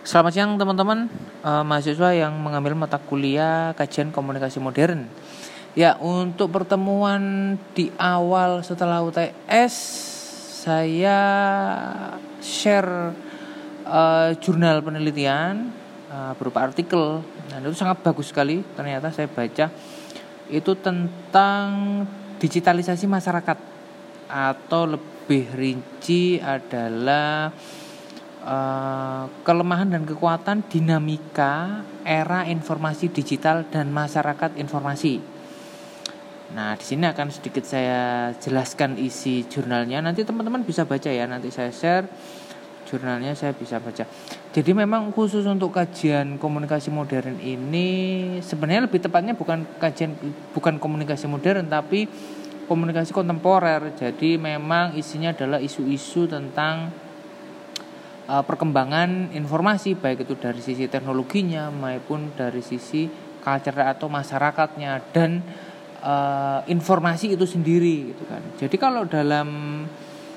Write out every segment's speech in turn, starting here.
Selamat siang teman-teman, mahasiswa yang mengambil mata kuliah kajian komunikasi modern. Ya, untuk pertemuan di awal setelah UTS, saya share jurnal penelitian berupa artikel. Dan itu sangat bagus sekali. Ternyata saya baca itu tentang digitalisasi masyarakat, atau lebih rinci adalah kelemahan dan kekuatan dinamika era informasi digital dan masyarakat informasi. Nah, di sini akan sedikit saya jelaskan isi jurnalnya. Nanti teman-teman bisa baca ya. Nanti saya share jurnalnya, saya bisa baca. Jadi memang khusus untuk kajian komunikasi modern ini sebenarnya lebih tepatnya bukan komunikasi modern, tapi komunikasi kontemporer. Jadi memang isinya adalah isu-isu tentang perkembangan informasi, baik itu dari sisi teknologinya maupun dari sisi culture atau masyarakatnya dan informasi itu sendiri gitu kan. Jadi kalau dalam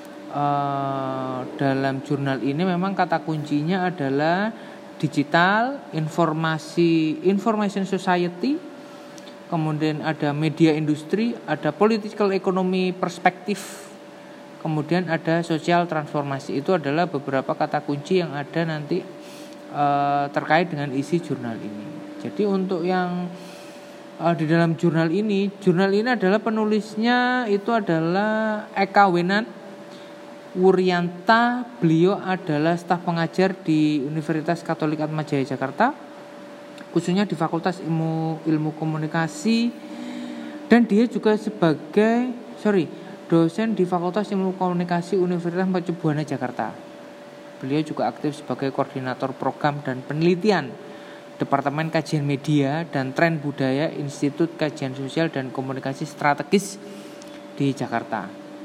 jurnal ini memang kata kuncinya adalah digital, information society, kemudian ada media industri, ada political economy perspektif, kemudian ada sosial transformasi. Itu adalah beberapa kata kunci yang ada nanti terkait dengan isi jurnal ini. Jadi untuk yang di dalam jurnal ini adalah penulisnya itu adalah Eka Wenat Wuryanta. Beliau adalah staf pengajar di Universitas Katolik Atmajaya Jakarta, khususnya di Fakultas Ilmu Komunikasi, dan dia juga sebagai dosen di Fakultas Ilmu Komunikasi Universitas Mercu Buana Jakarta. Beliau juga aktif sebagai koordinator program dan penelitian Departemen Kajian Media dan Tren Budaya Institut Kajian Sosial dan Komunikasi Strategis di Jakarta.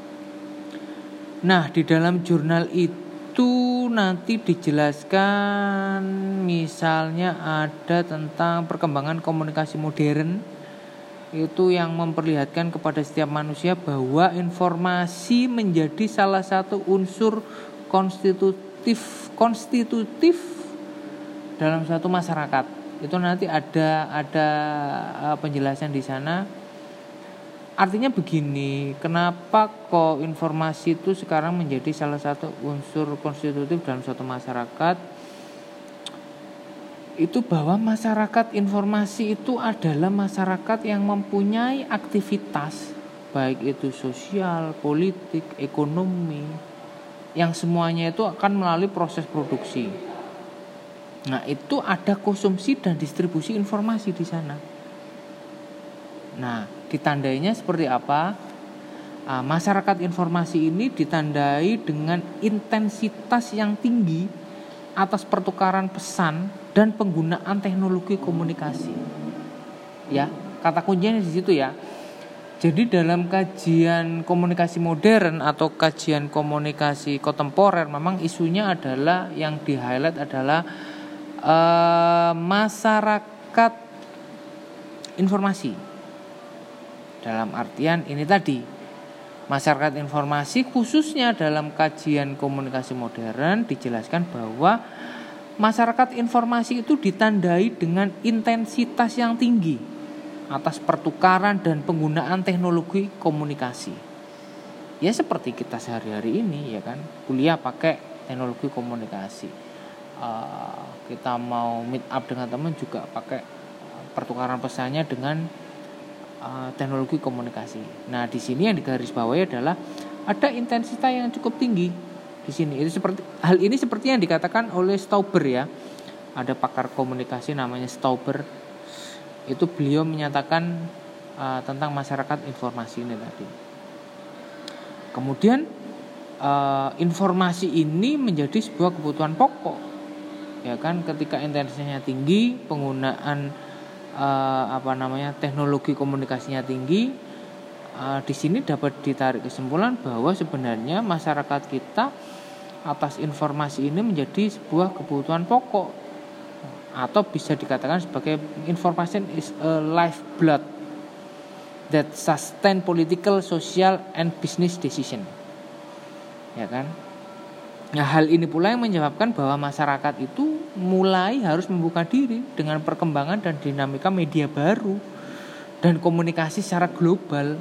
Nah, di dalam jurnal itu nanti dijelaskan misalnya ada tentang perkembangan komunikasi modern, itu yang memperlihatkan kepada setiap manusia bahwa informasi menjadi salah satu unsur konstitutif dalam suatu masyarakat. Itu nanti ada penjelasan di sana. Artinya begini, kenapa kok informasi itu sekarang menjadi salah satu unsur konstitutif dalam suatu masyarakat? Itu bahwa masyarakat informasi itu adalah masyarakat yang mempunyai aktivitas, baik itu sosial, politik, ekonomi, yang semuanya itu akan melalui proses produksi. Nah, itu ada konsumsi dan distribusi informasi di sana. Nah, ditandainya seperti apa? Masyarakat informasi ini ditandai dengan intensitas yang tinggi atas pertukaran pesan dan penggunaan teknologi komunikasi. Ya, kata kuncinya di situ ya. Jadi dalam kajian komunikasi modern atau kajian komunikasi kontemporer, memang isunya adalah yang di-highlight adalah masyarakat informasi. Dalam artian ini tadi, masyarakat informasi khususnya dalam kajian komunikasi modern dijelaskan bahwa masyarakat informasi itu ditandai dengan intensitas yang tinggi atas pertukaran dan penggunaan teknologi komunikasi. Ya seperti kita sehari-hari ini ya kan, kuliah pakai teknologi komunikasi. Kita mau meet up dengan teman juga pakai pertukaran pesannya dengan teknologi komunikasi. Nah, di sini yang digarisbawahi adalah ada intensitas yang cukup tinggi di sini. Hal ini seperti yang dikatakan oleh Stauber ya. Ada pakar komunikasi namanya Stauber. Itu beliau menyatakan tentang masyarakat informasi ini tadi. Kemudian informasi ini menjadi sebuah kebutuhan pokok. Ya kan, ketika intensitasnya tinggi, penggunaan teknologi komunikasinya tinggi, di sini dapat ditarik kesimpulan bahwa sebenarnya masyarakat kita atas informasi ini menjadi sebuah kebutuhan pokok, atau bisa dikatakan sebagai information is a lifeblood that sustain political, social and business decision. Ya kan? Nah, hal ini pula yang menyebabkan bahwa masyarakat itu mulai harus membuka diri dengan perkembangan dan dinamika media baru dan komunikasi secara global.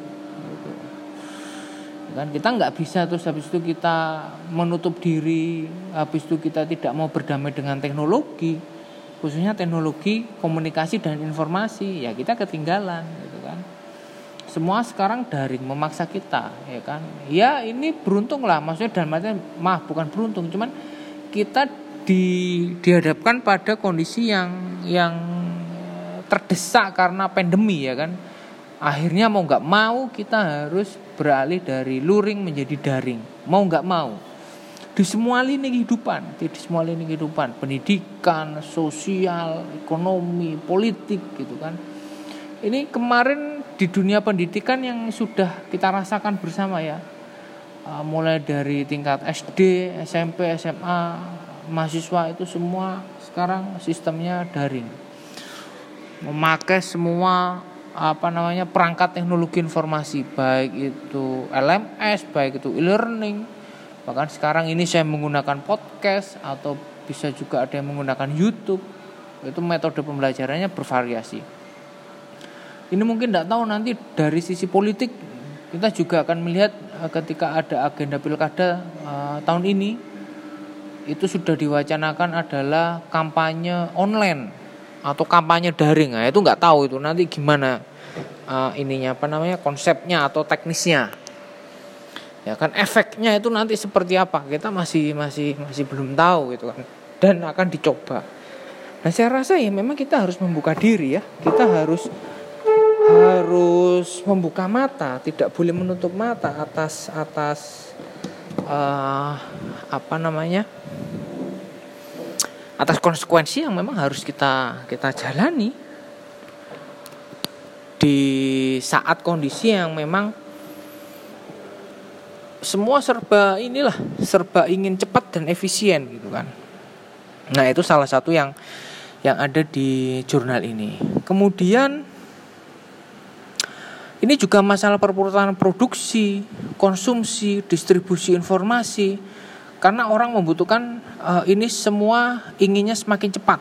Kan kita nggak bisa terus habis itu kita menutup diri, habis itu kita tidak mau berdamai dengan teknologi, khususnya teknologi komunikasi dan informasi, ya kita ketinggalan gitu kan. Semua sekarang daring memaksa kita, ya kan. Ya ini beruntung lah, maksudnya dan bukan beruntung, cuman kita dihadapkan pada kondisi yang terdesak karena pandemi, ya kan. Akhirnya mau nggak mau kita harus beralih dari luring menjadi daring, mau nggak mau. Di semua lini kehidupan, pendidikan, sosial, ekonomi, politik gitu kan. Ini kemarin di dunia pendidikan yang sudah kita rasakan bersama ya, mulai dari tingkat SD, SMP, SMA, mahasiswa itu semua sekarang sistemnya daring, memakai semua perangkat teknologi informasi, baik itu LMS, baik itu e-learning, bahkan sekarang ini saya menggunakan podcast atau bisa juga ada yang menggunakan YouTube. Itu metode pembelajarannya bervariasi. Ini mungkin tidak tahu nanti dari sisi politik kita juga akan melihat ketika ada agenda pilkada tahun ini itu sudah diwacanakan adalah kampanye online atau kampanye daring. Nah, itu nggak tahu itu nanti gimana konsepnya atau teknisnya, ya kan, efeknya itu nanti seperti apa kita masih belum tahu gitu kan, dan akan dicoba. Nah, saya rasa ya memang kita harus membuka diri ya, kita harus membuka mata, tidak boleh menutup mata atas atas konsekuensi yang memang harus kita jalani di saat kondisi yang memang semua serba ingin cepat dan efisien gitu kan. Nah, itu salah satu yang ada di jurnal ini. Kemudian ini juga masalah perputaran produksi, konsumsi, distribusi informasi. Karena orang membutuhkan ini semua inginnya semakin cepat.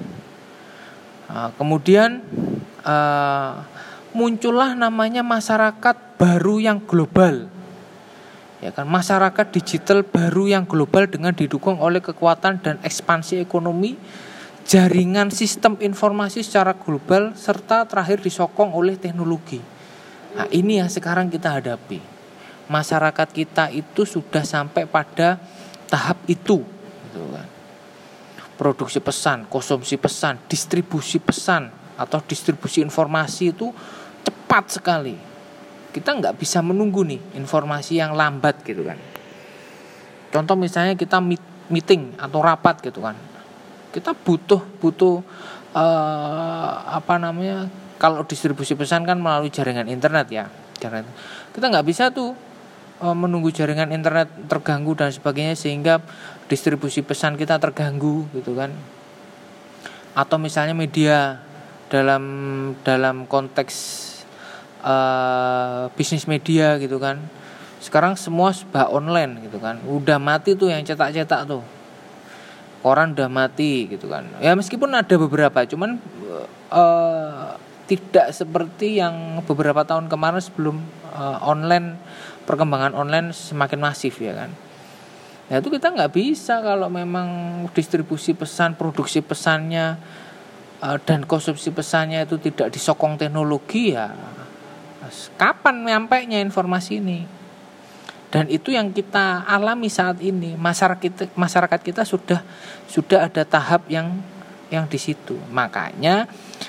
Kemudian muncullah namanya masyarakat baru yang global. Ya kan, masyarakat digital baru yang global dengan didukung oleh kekuatan dan ekspansi ekonomi, jaringan sistem informasi secara global, serta terakhir disokong oleh teknologi. Nah, ini yang sekarang kita hadapi. Masyarakat kita itu sudah sampai pada tahap itu gitu kan. Produksi pesan, konsumsi pesan, distribusi pesan atau distribusi informasi itu cepat sekali. Kita nggak bisa menunggu nih informasi yang lambat gitu kan. Contoh misalnya kita meeting atau rapat gitu kan, kita butuh kalau distribusi pesan kan melalui jaringan internet ya. Kita nggak bisa tuh menunggu jaringan internet terganggu dan sebagainya sehingga distribusi pesan kita terganggu gitu kan. Atau misalnya media dalam konteks bisnis media gitu kan, sekarang semua serba online gitu kan. Udah mati tuh yang cetak-cetak tuh, koran udah mati gitu kan. Ya meskipun ada beberapa, cuman tidak seperti yang beberapa tahun kemarin sebelum perkembangan online semakin masif ya kan. Nah, itu kita nggak bisa kalau memang distribusi pesan, produksi pesannya dan konsumsi pesannya itu tidak disokong teknologi, ya kapan nyampainya informasi ini? Dan itu yang kita alami saat ini. Masyarakat kita sudah ada tahap yang di situ. Makanya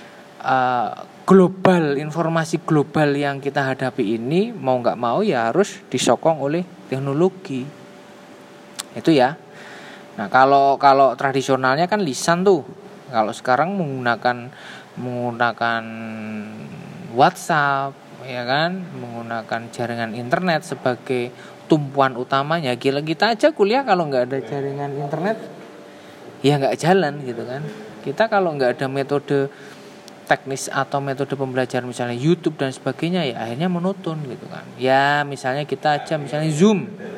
informasi global yang kita hadapi ini mau nggak mau ya harus disokong oleh teknologi. Itu ya. Nah, kalau tradisionalnya kan lisan tuh. Kalau sekarang menggunakan WhatsApp, ya kan, menggunakan jaringan internet sebagai tumpuan utamanya. Gila, kita aja kuliah kalau nggak ada jaringan internet, ya nggak jalan gitu kan. Kita kalau nggak ada metode teknis atau metode pembelajaran misalnya YouTube dan sebagainya, ya akhirnya monoton gitu kan. Ya misalnya kita aja misalnya Zoom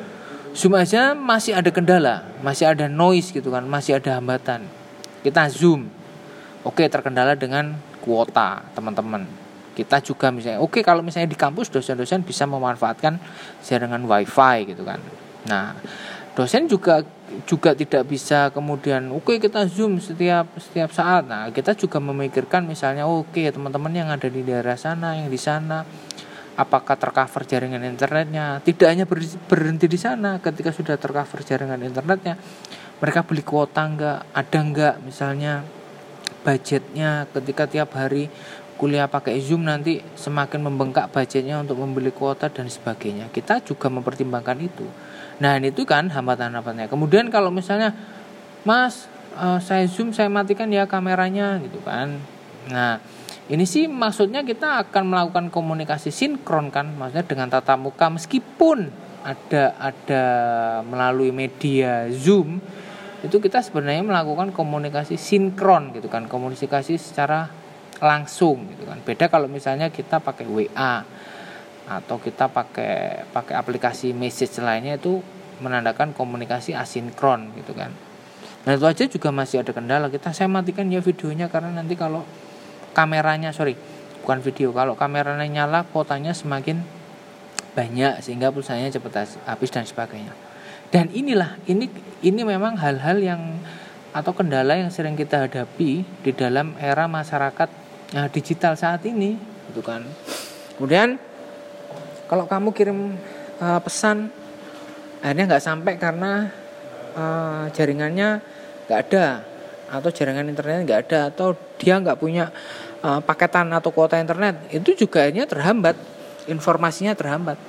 Zoom aja masih ada kendala, masih ada noise gitu kan, masih ada hambatan. Kita Zoom, oke, terkendala dengan kuota teman-teman. Kita juga misalnya, kalau misalnya di kampus dosen-dosen bisa memanfaatkan jaringan wifi gitu kan. Nah, dosen juga tidak bisa kemudian kita Zoom setiap saat. Nah, kita juga memikirkan misalnya teman-teman yang ada di daerah sana, yang di sana, apakah tercover jaringan internetnya. Tidak hanya berhenti di sana, ketika sudah tercover jaringan internetnya, mereka beli kuota ada enggak misalnya budgetnya, ketika tiap hari kuliah pakai Zoom nanti semakin membengkak budgetnya untuk membeli kuota dan sebagainya. Kita juga mempertimbangkan itu. Nah, itu kan hambatan-hambatannya. Kemudian kalau misalnya, Mas, saya Zoom, saya matikan ya kameranya gitu kan. Nah, ini sih maksudnya kita akan melakukan komunikasi sinkron kan, maksudnya dengan tatap muka, meskipun ada melalui media Zoom, itu kita sebenarnya melakukan komunikasi sinkron gitu kan, komunikasi secara langsung gitu kan. Beda kalau misalnya kita pakai WA atau kita pakai aplikasi message lainnya, itu menandakan komunikasi asinkron gitu kan. Nah, itu aja juga masih ada kendala. Saya matikan ya videonya karena nanti kalau kameranya, kalau kameranya nyala, kuotanya semakin banyak sehingga pulsanya cepat habis dan sebagainya. Dan ini memang hal-hal yang atau kendala yang sering kita hadapi di dalam era masyarakat digital saat ini gitu kan. Kemudian kalau kamu kirim pesan akhirnya nggak sampai karena jaringannya nggak ada, atau jaringan internetnya nggak ada, atau dia nggak punya paketan atau kuota internet, itu juga akhirnya terhambat, informasinya terhambat.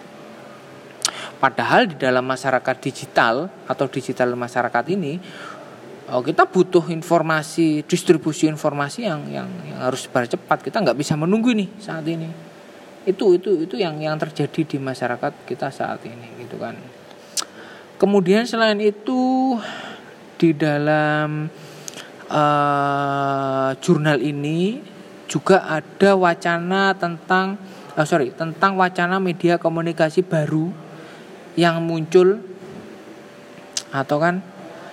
Padahal di dalam masyarakat digital atau digital masyarakat ini, kita butuh informasi, distribusi informasi yang harus cepat. Kita nggak bisa menunggu nih saat ini. Itu yang terjadi di masyarakat kita saat ini gitu kan. Kemudian selain itu, di dalam jurnal ini juga ada wacana tentang wacana media komunikasi baru yang muncul, atau kan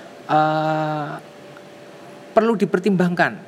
perlu dipertimbangkan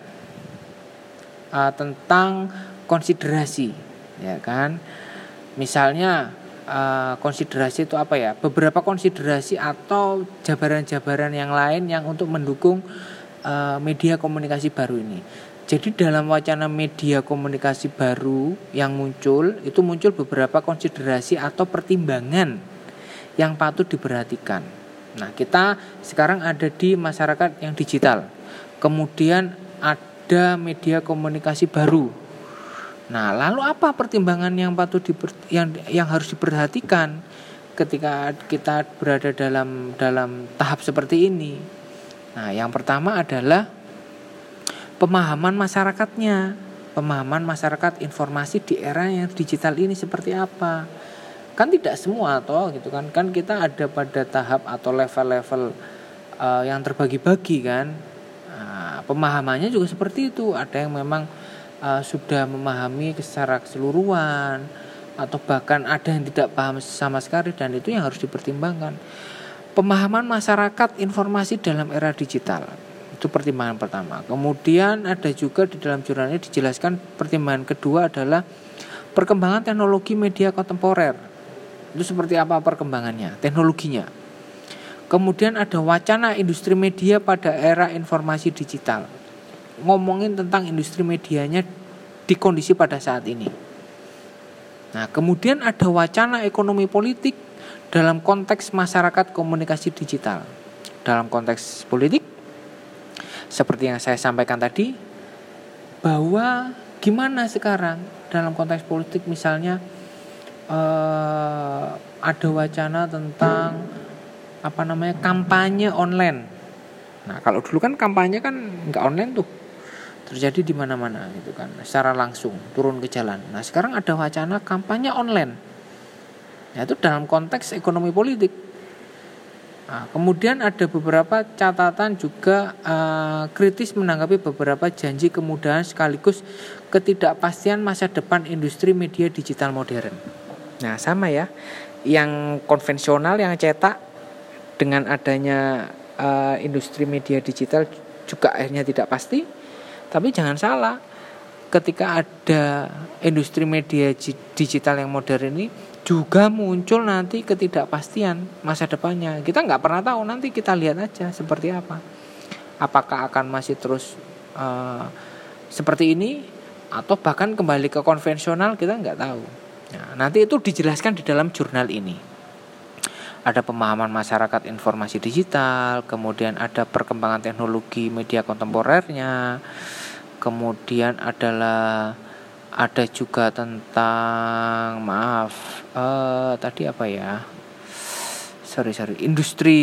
tentang konsiderasi, ya kan. Misalnya konsiderasi itu apa ya? Beberapa konsiderasi atau jabaran-jabaran yang lain yang untuk mendukung media komunikasi baru ini. Jadi dalam wacana media komunikasi baru yang muncul, itu muncul beberapa konsiderasi atau pertimbangan yang patut diperhatikan. Nah, kita sekarang ada di masyarakat yang digital. Kemudian ada media komunikasi baru. Nah, lalu apa pertimbangan yang patut yang harus diperhatikan ketika kita berada dalam tahap seperti ini? Nah, yang pertama adalah pemahaman masyarakatnya, pemahaman masyarakat informasi di era yang digital ini seperti apa. Kan tidak semua gitu kan kita ada pada tahap atau level-level yang terbagi-bagi kan. Nah, pemahamannya juga seperti itu. Ada yang memang sudah memahami secara keseluruhan, atau bahkan ada yang tidak paham sama sekali, dan itu yang harus dipertimbangkan. Pemahaman masyarakat informasi dalam era digital, itu pertimbangan pertama. Kemudian ada juga di dalam jurnalnya dijelaskan pertimbangan kedua adalah perkembangan teknologi media kontemporer. Itu seperti apa perkembangannya, teknologinya. Kemudian ada wacana industri media pada era informasi digital. Ngomongin tentang industri medianya di kondisi pada saat ini. Nah, kemudian ada wacana ekonomi politik dalam konteks masyarakat komunikasi digital. Dalam konteks politik, seperti yang saya sampaikan tadi, bahwa gimana sekarang dalam konteks politik, misalnya ada wacana tentang kampanye online. Nah, kalau dulu kan kampanye kan nggak online tuh, terjadi di mana-mana gitu kan, secara langsung turun ke jalan. Nah, sekarang ada wacana kampanye online. Nah, itu dalam konteks ekonomi politik. Nah, kemudian ada beberapa catatan juga kritis menanggapi beberapa janji kemudahan sekaligus ketidakpastian masa depan industri media digital modern. Nah, sama ya, yang konvensional, yang cetak dengan adanya industri media digital juga akhirnya tidak pasti. Tapi jangan salah, ketika ada industri media digital yang modern ini juga muncul nanti ketidakpastian masa depannya. Kita nggak pernah tahu, nanti kita lihat aja seperti apa. Apakah akan masih terus seperti ini atau bahkan kembali ke konvensional, kita nggak tahu. Nah, nanti itu dijelaskan di dalam jurnal ini. Ada pemahaman masyarakat informasi digital, kemudian ada perkembangan teknologi media kontemporernya, kemudian ada juga tentang tadi apa ya? Industri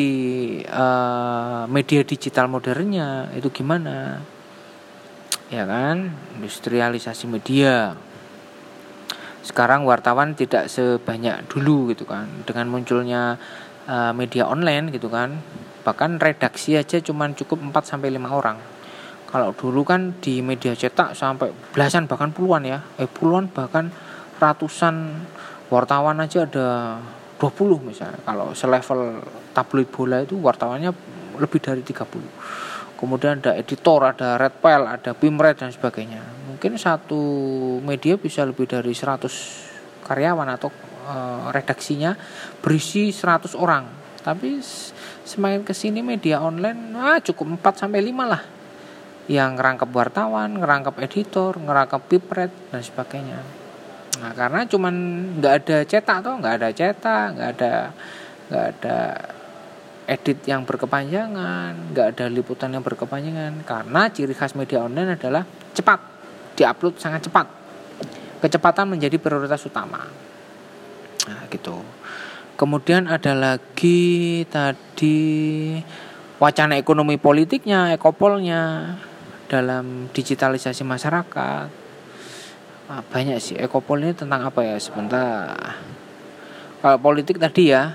media digital modernnya itu gimana? Ya kan, industrialisasi media. Sekarang wartawan tidak sebanyak dulu gitu kan, dengan munculnya media online gitu kan. Bahkan redaksi aja cuman cukup 4-5 orang. Kalau dulu kan di media cetak sampai belasan bahkan puluhan ya. Puluhan bahkan ratusan wartawan aja ada 20 misalnya. Kalau selevel tabloid bola itu wartawannya lebih dari 30. Kemudian ada editor, ada redpel, ada pimret dan sebagainya. Mungkin satu media bisa lebih dari 100 karyawan atau redaksinya berisi 100 orang. Tapi semakin kesini media online cukup 4-5 lah. Yang ngerangkap wartawan, ngerangkap editor, ngerangkap pimret dan sebagainya. Nah, karena cuman nggak ada cetak nggak ada edit yang berkepanjangan, nggak ada liputan yang berkepanjangan. Karena ciri khas media online adalah cepat, diupload sangat cepat. Kecepatan menjadi prioritas utama. Nah, gitu. Kemudian ada lagi tadi wacana ekonomi politiknya, ekopolnya dalam digitalisasi masyarakat. Banyak sih. Ekopol ini tentang apa ya? Sebentar. Kalau politik tadi ya,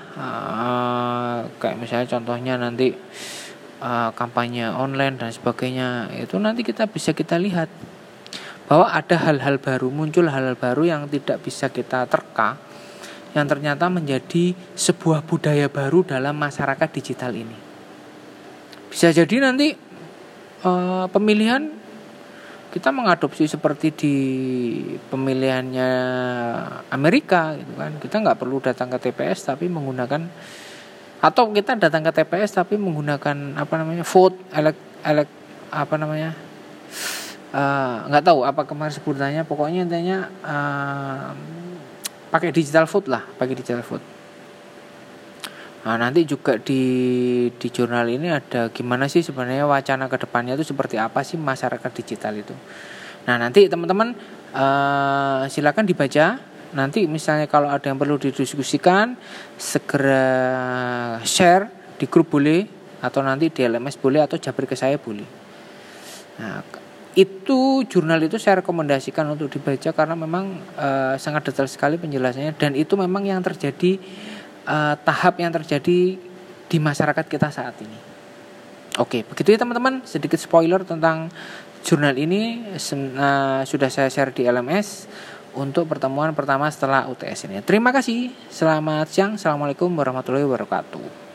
kayak misalnya contohnya nanti kampanye online dan sebagainya, itu nanti kita lihat bahwa ada hal-hal baru, muncul hal-hal baru yang tidak bisa kita terka, yang ternyata menjadi sebuah budaya baru dalam masyarakat digital ini. Bisa jadi nanti pemilihan kita mengadopsi seperti di pemilihannya Amerika gitu kan. Kita nggak perlu datang ke TPS tapi menggunakan, atau kita datang ke TPS tapi menggunakan vote nggak tahu apa kemarin sebutannya, pokoknya intinya pakai digital vote. Nah, nanti juga di jurnal ini ada gimana sih sebenarnya wacana ke depannya itu seperti apa sih masyarakat digital itu. Nah, nanti teman-teman silakan dibaca. Nanti misalnya kalau ada yang perlu didiskusikan, segera share di grup boleh, atau nanti di LMS boleh, atau jabri ke saya boleh. Nah, itu jurnal itu saya rekomendasikan untuk dibaca karena memang sangat detail sekali penjelasannya, dan itu memang yang terjadi, tahap yang terjadi di masyarakat kita saat ini. Oke, begitu ya teman-teman, sedikit spoiler tentang jurnal ini sudah saya share di LMS untuk pertemuan pertama setelah UTS ini. Terima kasih, selamat siang, assalamualaikum warahmatullahi wabarakatuh.